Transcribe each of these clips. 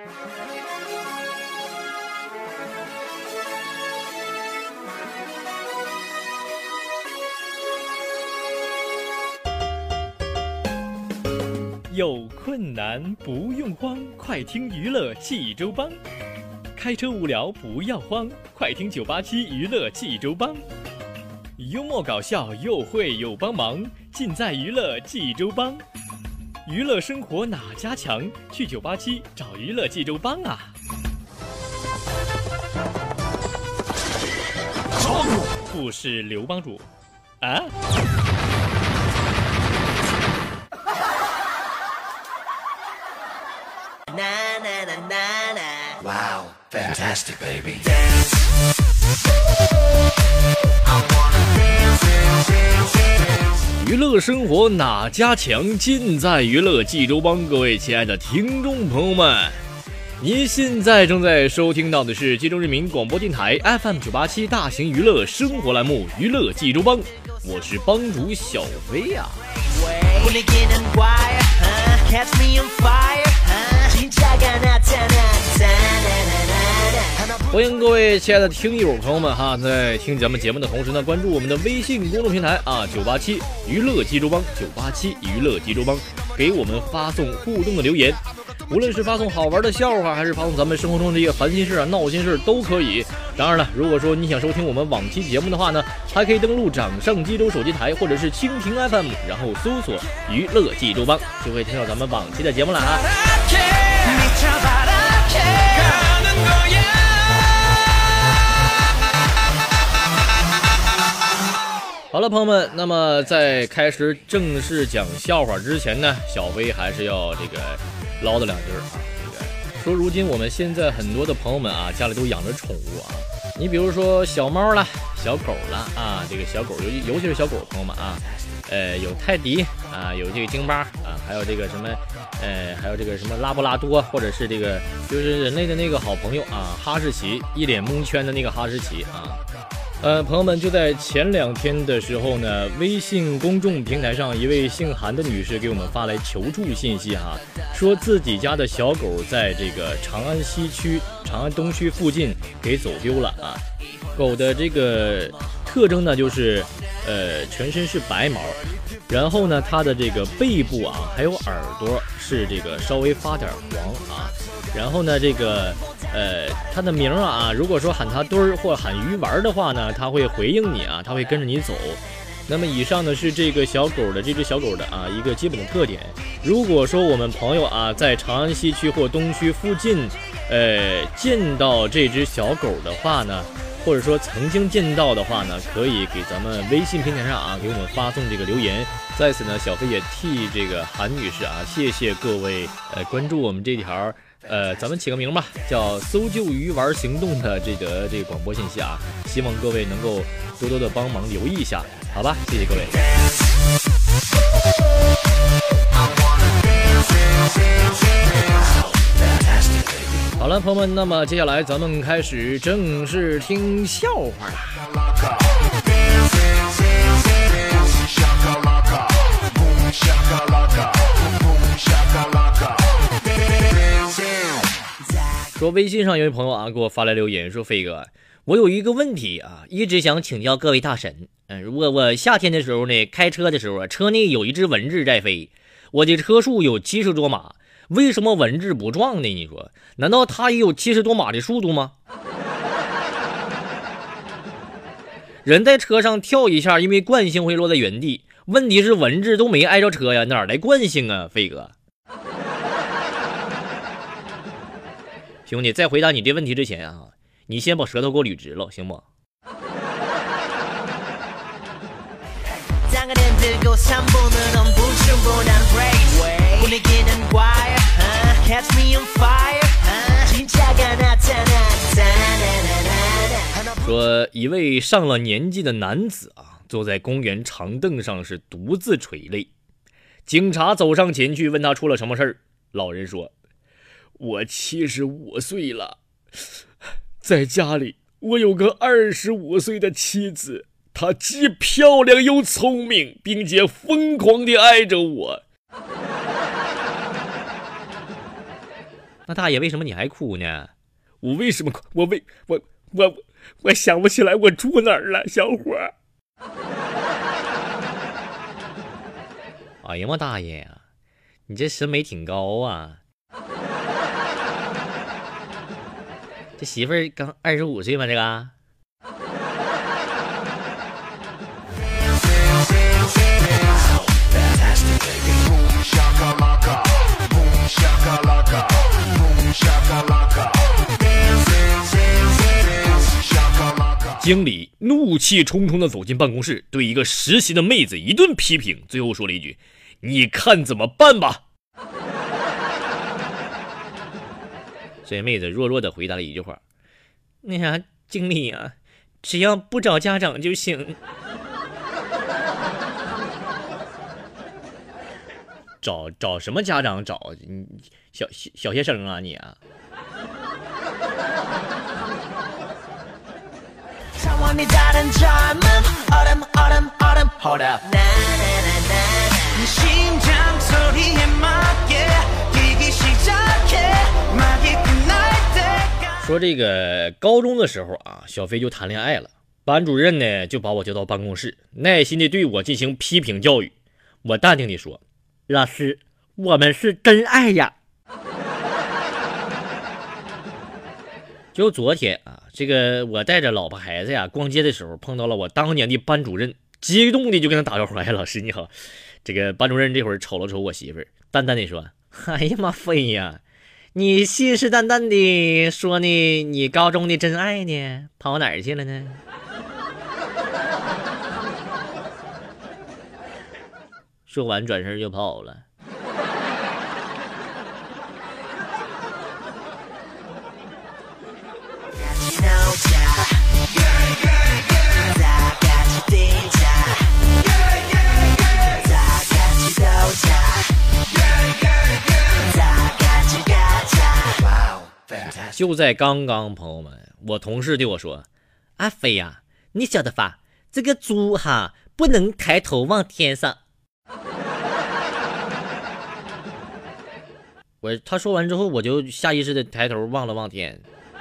有困难不用慌，快听娱乐济州帮。开车无聊不要慌，快听987娱乐济州帮。幽默搞笑又会又帮忙，尽在娱乐济州帮。娱乐生活哪家强？去987找娱乐济州帮啊！不是刘帮主啊。 Wow, fantastic, baby. 娱乐生活哪家强？尽在娱乐济州帮。各位亲爱的听众朋友们，您现在正在收听到的是济州人民广播电台 FM 987大型娱乐生活栏目《娱乐济州帮》，我是帮主小飞呀。欢迎各位亲爱的听友朋友们哈，在听咱们节目的同时呢，关注我们的微信公众平台啊，987娱乐济州帮，987娱乐济州帮，给我们发送互动的留言，无论是发送好玩的笑话，还是发送咱们生活中的这些烦心事啊、闹心事都可以。当然了，如果说你想收听我们往期节目的话呢，还可以登录掌上济州手机台或者是蜻蜓 FM， 然后搜索娱乐济州帮，就会听到咱们往期的节目了啊。好了，朋友们，那么在开始正式讲笑话之前呢，小飞还是要这个唠叨两句啊。说如今我们现在很多的朋友们啊，家里都养着宠物啊。你比如说小猫啦、小狗啦啊，这个小狗尤其是小狗朋友们啊，有泰迪啊，有这个京巴啊，还有这个什么还有这个什么拉布拉多，或者是这个就是人类的那个好朋友啊，哈士奇，一脸蒙圈的那个哈士奇啊。朋友们，就在前2天的时候呢，微信公众平台上一位姓韩的女士给我们发来求助信息哈，说自己家的小狗在这个长安西区、长安东区附近给走丢了啊。狗的这个特征呢，就是全身是白毛，然后呢，它的这个背部啊，还有耳朵是这个稍微发点黄啊，然后呢，这个它的名啊，如果说喊它墩儿或喊鱼丸的话呢，它会回应你啊，它会跟着你走。那么以上呢是这个小狗的这只小狗的啊一个基本的特点。如果说我们朋友啊在长安西区或东区附近，见到这只小狗的话呢，或者说曾经见到的话呢，可以给咱们微信平台上啊给我们发送这个留言。在此呢，小飞也替这个韩女士啊，谢谢各位关注我们这条咱们起个名吧，叫搜救鱼丸行动的这个广播信息啊，希望各位能够多多的帮忙留意一下，好吧？谢谢各位。好了，朋友们，那么接下来咱们开始正式听笑话啦。说微信上有位朋友啊给我发来留言说，飞哥，我有一个问题啊，一直想请教各位大神。我夏天的时候呢，开车的时候啊，车内有一只文雉在飞，我的车速有70多码，为什么文雉不撞呢？你说，难道它也有70多码的速度吗？人在车上跳一下，因为惯性会落在原地，问题是文雉都没挨着车呀，哪来惯性啊，飞哥？兄弟，在回答你这问题之前啊，你先把舌头给我捋直了，行不？说一位上了年纪的男子啊，坐在公园长凳上是独自垂泪。警察走上前去问他出了什么事儿，老人说：“我75岁了，在家里我有个25岁的妻子，她既漂亮又聪明，并且疯狂地爱着我。” 那大爷，为什么你还哭呢？ 我为什么哭？我想不起来我住哪儿了，小伙儿。 哎呀妈，大爷呀，你这审美挺高啊！这媳妇儿刚25岁吗？这个？经理怒气冲冲地走进办公室，对一个实习的妹子一顿批评，最后说了一句：“你看怎么办吧。”这妹子弱弱地回答了一句话：“那啥，经理啊，只要不找家长就行。”找什么家长找？你小学生啊你啊！说这个高中的时候啊，小飞就谈恋爱了，班主任呢就把我叫到办公室，耐心地对我进行批评教育。我淡定地说：“老师，我们是真爱呀。”就昨天啊，这个我带着老婆孩子呀逛街的时候，碰到了我当年的班主任，激动的就跟他打招呼：“哎，老师你好。”这个班主任这会儿瞅了瞅我媳妇儿，淡淡的说：“哎呀妈，飞呀，你信誓旦旦的说呢，你高中的真爱呢，跑哪儿去了呢？”说完转身就跑了。就在刚刚，朋友们，我同事对我说：“阿飞呀，你晓得吧？这个猪哈不能抬头望天上。”他说完之后，我就下意识的抬头望了望天。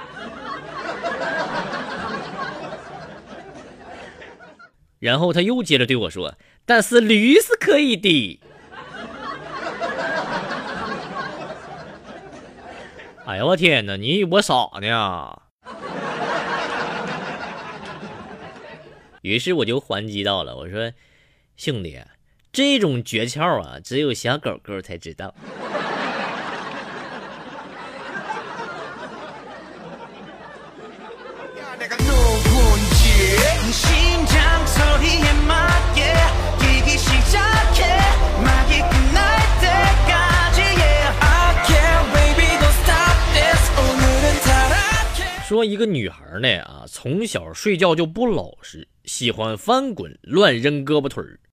然后他又接着对我说：“但是驴是可以的。”哎呀我天哪，你以为我傻呢？于是我就还击到了，我说：“兄弟，这种诀窍啊，只有小狗狗才知道。”说一个女孩呢啊，从小睡觉就不老实，喜欢翻滚，乱扔胳膊腿儿。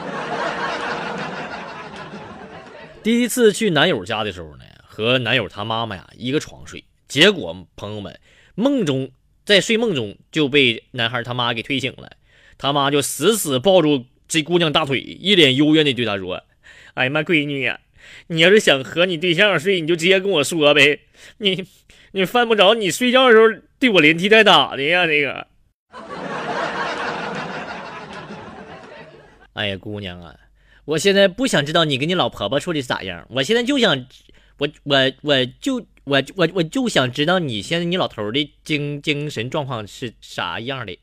第一次去男友家的时候呢，和男友他妈妈呀一个床睡，结果朋友们在睡梦中就被男孩他妈给推醒了，他妈就死死抱住这姑娘大腿，一脸幽怨的对她说：“哎呀妈，闺女呀，你要是想和你对象睡，你就直接跟我说呗，你犯不着你睡觉的时候对我连踢带打的呀，这个。”哎呀，姑娘啊，我现在不想知道你跟你老婆婆处的咋样，我现在就想，我就想知道你现在你老头的精神状况是啥样的。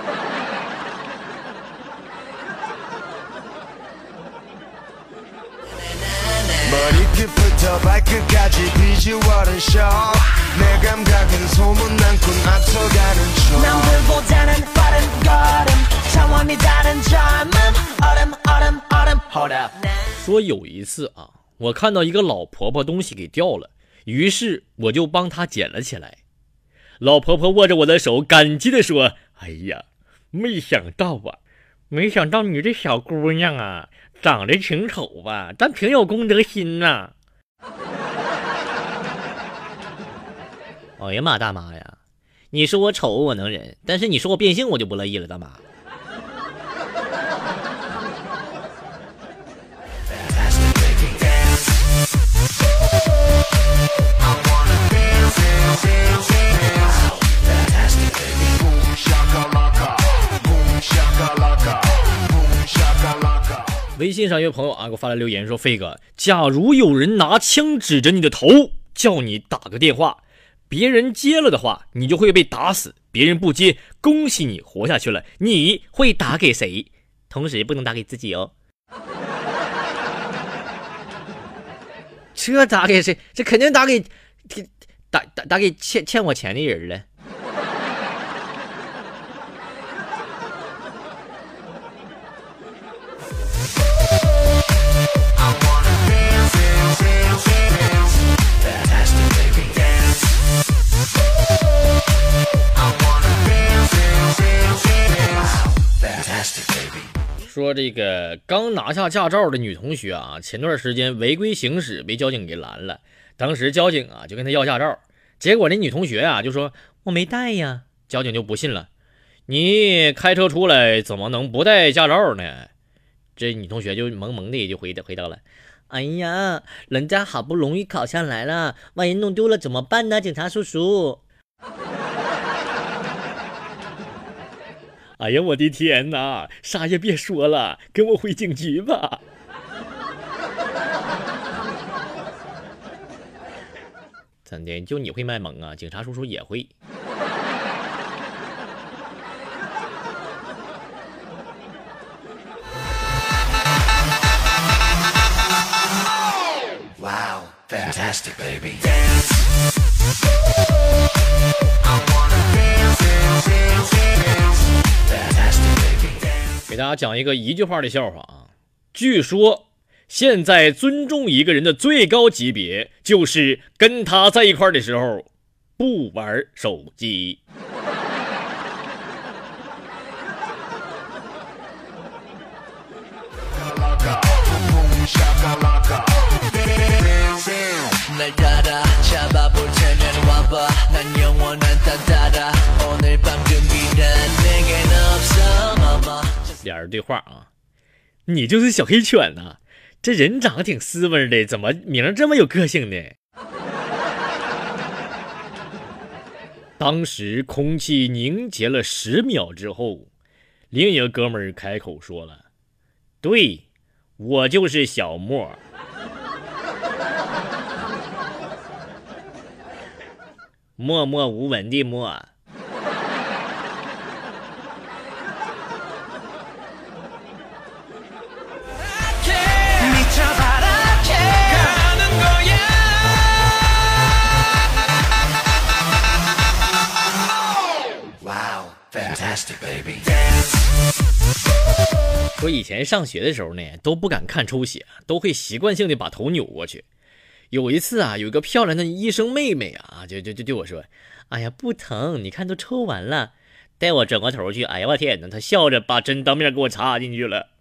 说有一次啊，我看到一个老婆婆东西给掉了，于是我就帮她捡了起来。老婆婆握着我的手，感激地说：“哎呀，没想到你这小姑娘啊，长得挺丑吧，但挺有公德心呐。”哎呀妈，大妈呀，你说我丑我能忍，但是你说我变性我就不乐意了，大妈。 I want 微信上一位朋友啊给我发来留言说，飞哥，假如有人拿枪指着你的头，叫你打个电话，别人接了的话，你就会被打死，别人不接，恭喜你活下去了，你会打给谁？同时不能打给自己哦。这打给谁？这肯定打给打给欠我钱的人了。说这个刚拿下驾照的女同学啊，前段时间违规行驶被交警给拦了。当时交警啊就跟她要驾照，结果那女同学啊就说我没带呀，交警就不信了，你开车出来怎么能不带驾照呢？这女同学就萌萌的就回答了，哎呀，人家好不容易考下来了，万一弄丢了怎么办呢？警察叔叔。哎呀，我的天哪！啥也别说了，跟我回警局吧。真的，就你会卖萌啊？警察叔叔也会。 Wow, fantastic, baby. 给大家讲一句话的笑话啊。据说现在尊重一个人的最高级别就是跟他在一块的时候不玩手机。俩人对话啊，你就是小黑犬呐，这人长得挺斯文的，怎么名这么有个性呢？当时空气凝结了10秒之后，另一个哥们儿开口说了，对，我就是小莫。默默无闻的默。 Fantastic, baby. 说以前上学的时候呢，都不敢看抽血，都会习惯性的把头扭过去。有一次啊，有一个漂亮的医生妹妹啊，就对我说：“哎呀，不疼，你看都抽完了。”带我转过头去，哎呀，我天哪，她笑着把针当面给我插进去了。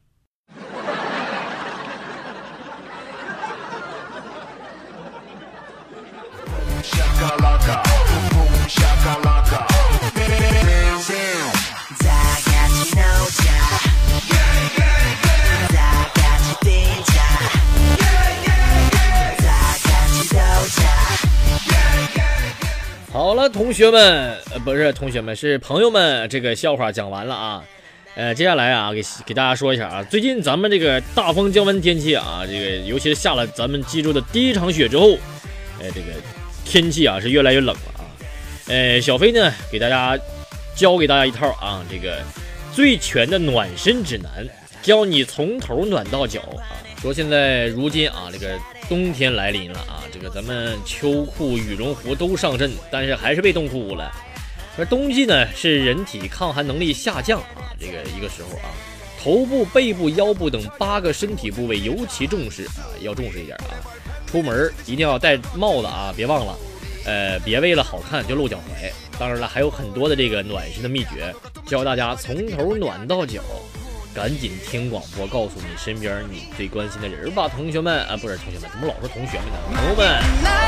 好了，同学们，不是同学们，是朋友们，这个笑话讲完了啊。接下来啊，给大家说一下啊，最近咱们这个大风降温天气啊，这个尤其是下了咱们济州的第一场雪之后，这个天气啊是越来越冷了啊。小飞呢教给大家一套啊，这个最全的暖身指南，教你从头暖到脚啊。说现在如今啊，这个冬天来临了啊，这个咱们秋裤、羽绒服都上阵，但是还是被冻哭了。而冬季呢，是人体抗寒能力下降啊，这个一个时候啊，头部、背部、腰部等8个身体部位尤其重视啊，要重视一点啊。出门一定要戴帽子啊，别忘了，别为了好看就露脚踝。当然了，还有很多的这个暖身的秘诀，教大家从头暖到脚。赶紧听广播，告诉你身边你最关心的人吧，同学们啊，不是同学们，怎么老说同学们呢？朋友们。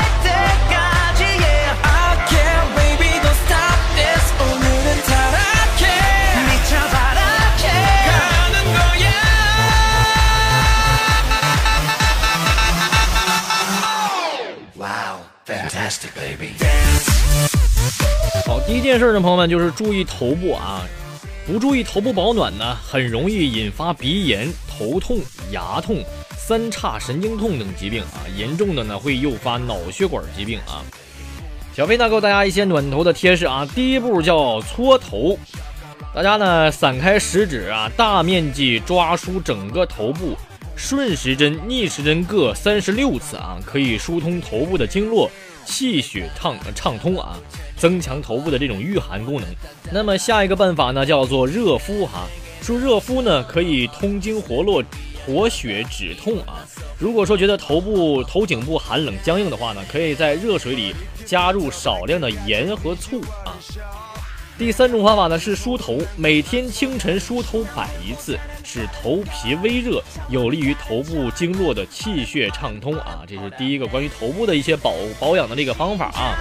Wow, fantastic, baby. 好，第一件事呢，朋友们就是注意头部啊。不注意头部保暖呢，很容易引发鼻炎、头痛、 牙痛、三叉神经痛等疾病啊，严重的呢会诱发脑血管疾病啊。小飞呢给大家一些暖头的贴士啊，第一步叫搓头，大家呢散开食指啊，大面积抓梳整个头部，顺时针、逆时针各36次啊，可以疏通头部的经络，气血畅通啊，增强头部的这种御寒功能。那么下一个办法呢叫做热敷哈，说热敷呢可以通经活络、活血止痛啊。如果说觉得头颈部寒冷僵硬的话呢，可以在热水里加入少量的盐和醋啊。第三种方法呢是梳头，每天清晨梳头摆一次，使头皮微热，有利于头部经络的气血畅通啊。这是第一个关于头部的一些保养的这个方法啊。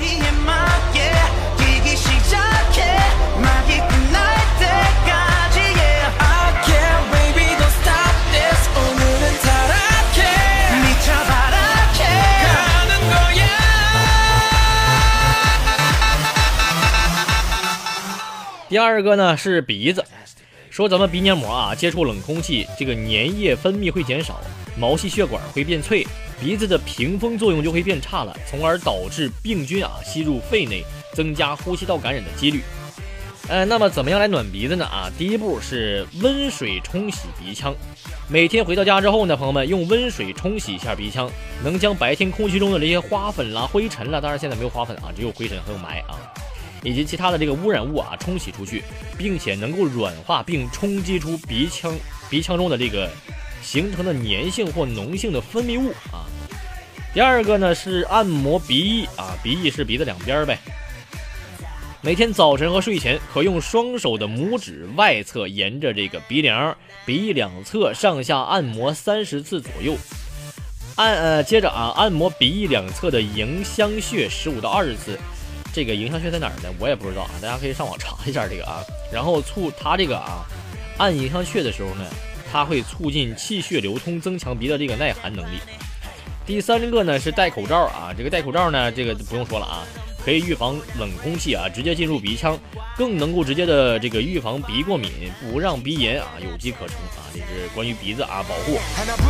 第二个呢是鼻子，说咱们鼻黏膜啊接触冷空气，这个粘液分泌会减少，毛细血管会变脆，鼻子的屏风作用就会变差了，从而导致病菌啊吸入肺内，增加呼吸道感染的几率。那么怎么样来暖鼻子呢啊？第一步是温水冲洗鼻腔，每天回到家之后呢，朋友们用温水冲洗一下鼻腔，能将白天空气中的这些花粉啦、灰尘啦，当然现在没有花粉啊，只有灰尘还有霾啊，以及其他的这个污染物啊冲洗出去，并且能够软化并冲击出鼻腔中的这个形成的粘性或脓性的分泌物啊。第二个呢是按摩鼻翼啊，鼻翼是鼻子两边呗。每天早晨和睡前可用双手的拇指外侧沿着这个鼻梁、鼻翼两侧上下按摩30次左右。接着啊按摩鼻翼两侧的迎香穴15到20次。这个迎香穴在哪儿呢？我也不知道啊，大家可以上网查一下这个啊。然后它这个啊，按迎香穴的时候呢，它会促进气血流通，增强鼻的这个耐寒能力。第三个呢是戴口罩啊，这个戴口罩呢，这个不用说了啊，可以预防冷空气啊直接进入鼻腔，更能够直接的这个预防鼻过敏，不让鼻炎啊有机可乘啊。这是关于鼻子啊保护。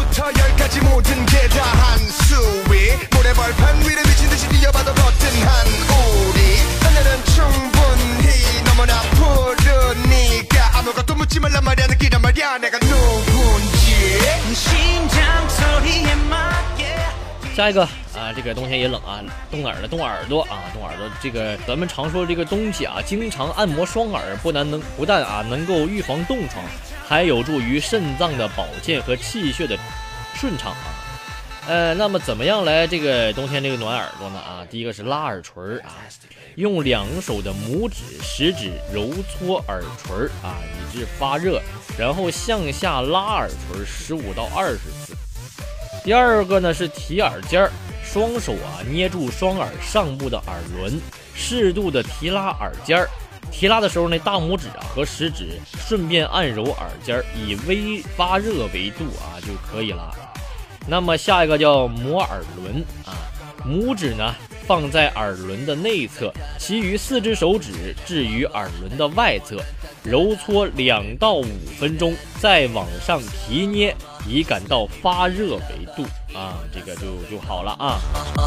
下一个啊，这个冬天也冷啊，冻哪儿了？冻耳朵啊，冻耳朵。这个咱们常说这个冬季啊，经常按摩双耳，不但啊能够预防冻疮，还有助于肾脏的保健和气血的顺畅啊。那么怎么样来这个冬天这个暖耳朵呢？啊，第一个是拉耳垂啊，用2手的拇指、食指揉搓耳垂啊，以致发热，然后向下拉耳垂15到20次。第二个呢是提耳尖，双手啊捏住双耳上部的耳轮，适度的提拉耳尖。提拉的时候呢，大拇指啊和食指顺便按揉耳尖，以微发热为度啊就可以了。那么下一个叫摩耳轮啊，拇指呢放在耳轮的内侧，其余4只手指置于耳轮的外侧，揉搓2到5分钟，再往上提捏，以感到发热为度啊，这个就好了啊。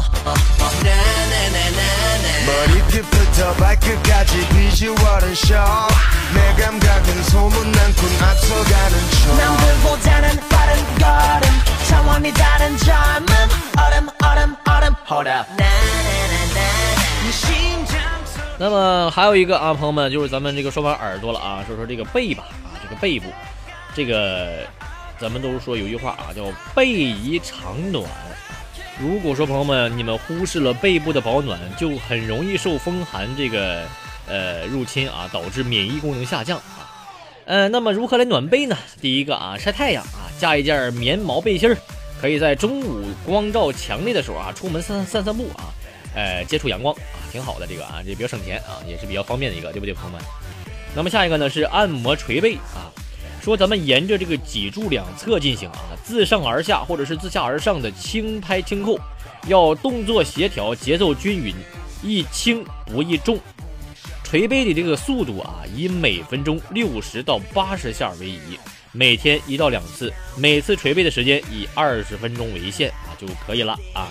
那么还有一个啊，朋友们，就是咱们这个说完耳朵了啊，说这个背吧啊，这个背部，这个咱们都说有一句话啊，叫背宜常暖。如果说朋友们你们忽视了背部的保暖，就很容易受风寒这个入侵啊，导致免疫功能下降啊。那么如何来暖背呢？第一个啊，晒太阳啊，加一件棉毛背心儿，可以在中午光照强烈的时候啊，出门散步啊，接触阳光啊，挺好的这个啊，这比较省钱啊，也是比较方便的一个，对不对，朋友们？那么下一个呢是按摩捶背啊。说咱们沿着这个脊柱两侧进行啊，自上而下或者是自下而上的轻拍轻扣，要动作协调，节奏均匀，宜轻不宜重。捶背的这个速度啊，以每分钟60到80下为宜， 每天1到2次，每次捶背的时间以20分钟为限啊就可以了啊。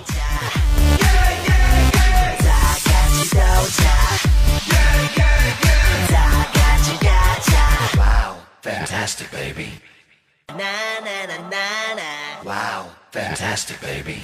Wow, fantastic, baby. Wow, fantastic, baby.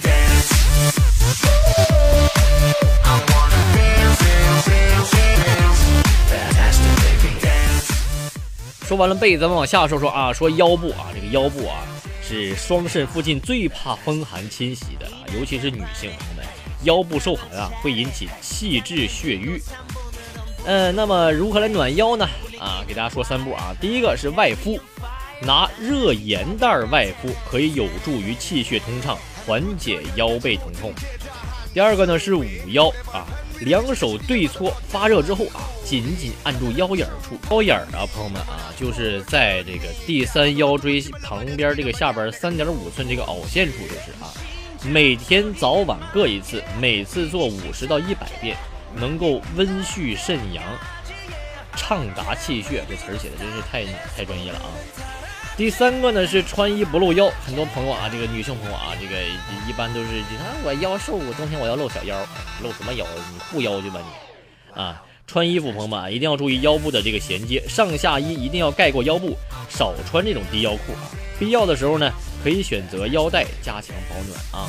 Fantastic, baby. 说完了背，咱们往下说啊，说腰部啊，这个腰部啊是双肾附近最怕风寒侵袭的啊，尤其是女性朋友们，腰部受寒啊会引起气滞血瘀。那么如何来暖腰呢？啊，给大家说3步啊。第一个是外敷，拿热盐袋外敷，可以有助于气血通畅，缓解腰背疼痛。第二个呢是捂腰啊，两手对搓，发热之后啊，紧紧按住腰眼处。腰眼啊，朋友们啊，就是在这个第3腰椎旁边这个下边3.5寸这个凹陷处就是啊。每天早晚各1次，每次做50到100遍。能够温煦肾阳，畅达气血，这词儿写的真是太专业了啊！第3个呢是穿衣不露腰，很多朋友啊，这个女性朋友啊，这个一般都是我腰瘦，我冬天我要露小腰，露什么腰？你护腰去吧你啊！穿衣服朋友们啊，一定要注意腰部的这个衔接，上下衣一定要盖过腰部，少穿这种低腰裤啊。必要的时候呢，可以选择腰带加强保暖啊。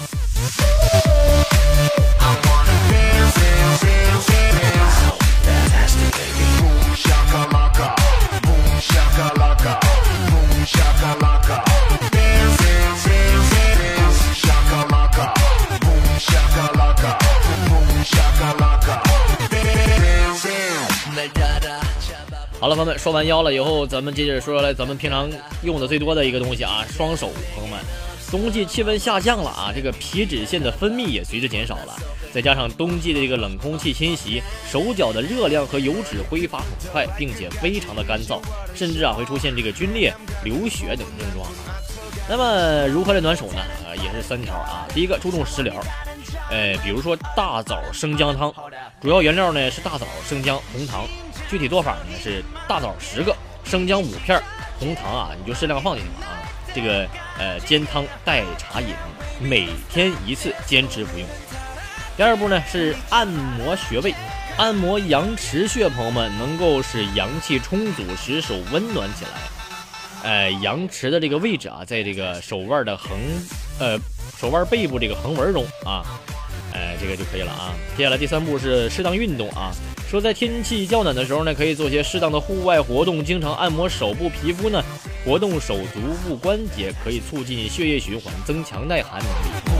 好了，朋友们，说完腰了以后，咱们接着说来咱们平常用的最多的一个东西啊，双手。朋友们，冬季气温下降了啊，这个皮脂腺的分泌也随之减少了，再加上冬季的这个冷空气侵袭，手脚的热量和油脂挥发很快，并且非常的干燥，甚至啊会出现这个皲裂、流血等症状。那么如何来暖手呢？也是3条啊。第一个，注重食疗，比如说大枣生姜汤，主要原料呢是大枣、生姜、红糖。具体做法呢是大枣10个，生姜5片，红糖啊你就适量放进去啊。这个煎汤代茶饮，每天1次，坚持不用。第2步呢是按摩穴位，按摩阳池穴，朋友们能够使阳气充足，使手温暖起来。阳池的这个位置啊，在这个手腕的手腕背部这个横纹中啊，这个就可以了啊。接下来第3步是适当运动啊。说在天气较暖的时候呢，可以做些适当的户外活动，经常按摩手部皮肤呢，活动手足部关节，可以促进血液循环，增强耐寒能力。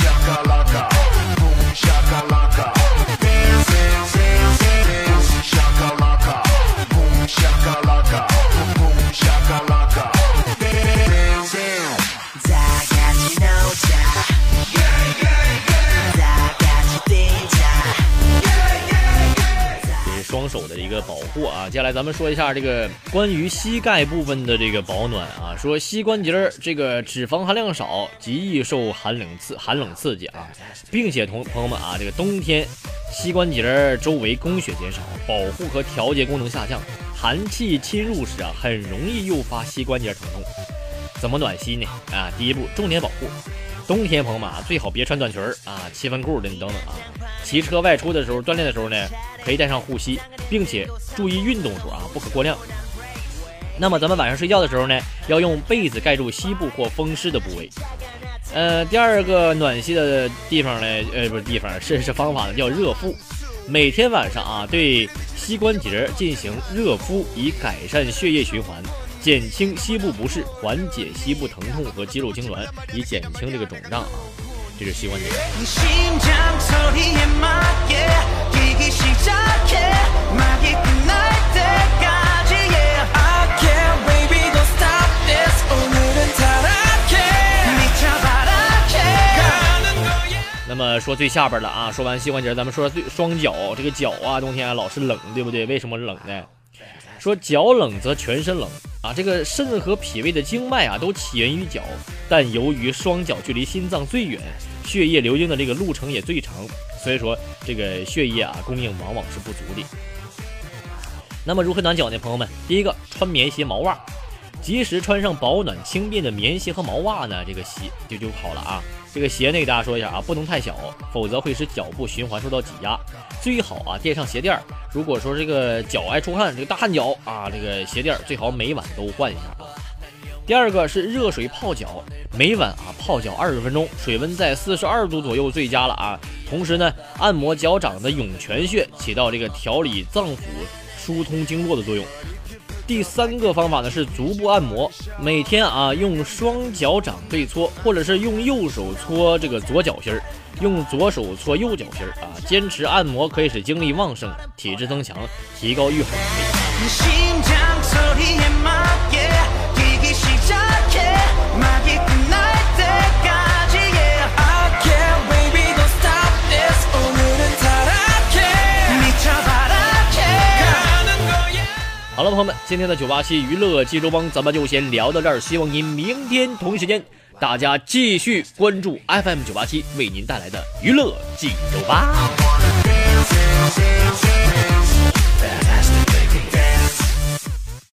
双手的一个保护啊。接下来咱们说一下这个关于膝盖部分的这个保暖啊。说膝关节这个脂肪含量少，极易受寒冷刺激啊，并且朋友们啊，这个冬天膝关节周围供血减少，保护和调节功能下降，寒气侵入时啊，很容易诱发膝关节疼痛。怎么暖膝呢？啊，第一步，重点保护。冬天朋友们啊，最好别穿短裙啊、7分裤的等等啊。骑车外出的时候、锻炼的时候呢，可以带上护膝，并且注意运动时候啊，不可过量。那么咱们晚上睡觉的时候呢，要用被子盖住膝部或风湿的部位。第2个暖膝的地方呢，不是地方，是方法呢，叫热敷。每天晚上啊，对膝关节进行热敷，以改善血液循环，减轻膝部不适，缓解膝部疼痛和肌肉痉挛，以减轻这个肿胀啊。这是膝关节。那么说最下边了啊，说完膝关节，咱们说双脚。这个脚啊，冬天啊老是冷，对不对？为什么冷呢？说脚冷则全身冷啊，这个肾和脾胃的经脉啊都起源于脚，但由于双脚距离心脏最远，血液流经的这个路程也最长，所以说这个血液啊供应往往是不足的。那么如何暖脚呢？朋友们，第一个，穿棉鞋毛袜， 及时穿上保暖轻便的棉鞋和毛袜呢，这个鞋就好了啊。这个鞋呢，给大家说一下啊，不能太小，否则会使脚部循环受到挤压。最好啊垫上鞋垫，如果说这个脚爱出汗，这个大汗脚啊，这个鞋垫最好每晚都换一下啊。第二个是热水泡脚，每晚啊泡脚20分钟，水温在42度左右最佳了啊。同时呢，按摩脚掌的涌泉穴，起到这个调理脏腑、疏通经络的作用。第三个方法呢是足部按摩，每天啊用双脚掌对搓，或者是用右手搓这个左脚心儿，用左手搓右脚心儿啊。坚持按摩可以使精力旺盛，体质增强，提高御寒能力。好了，朋友们，今天的987娱乐济州帮咱们就先聊到这儿，希望您明天同一时间大家继续关注 FM 987为您带来的娱乐济州帮。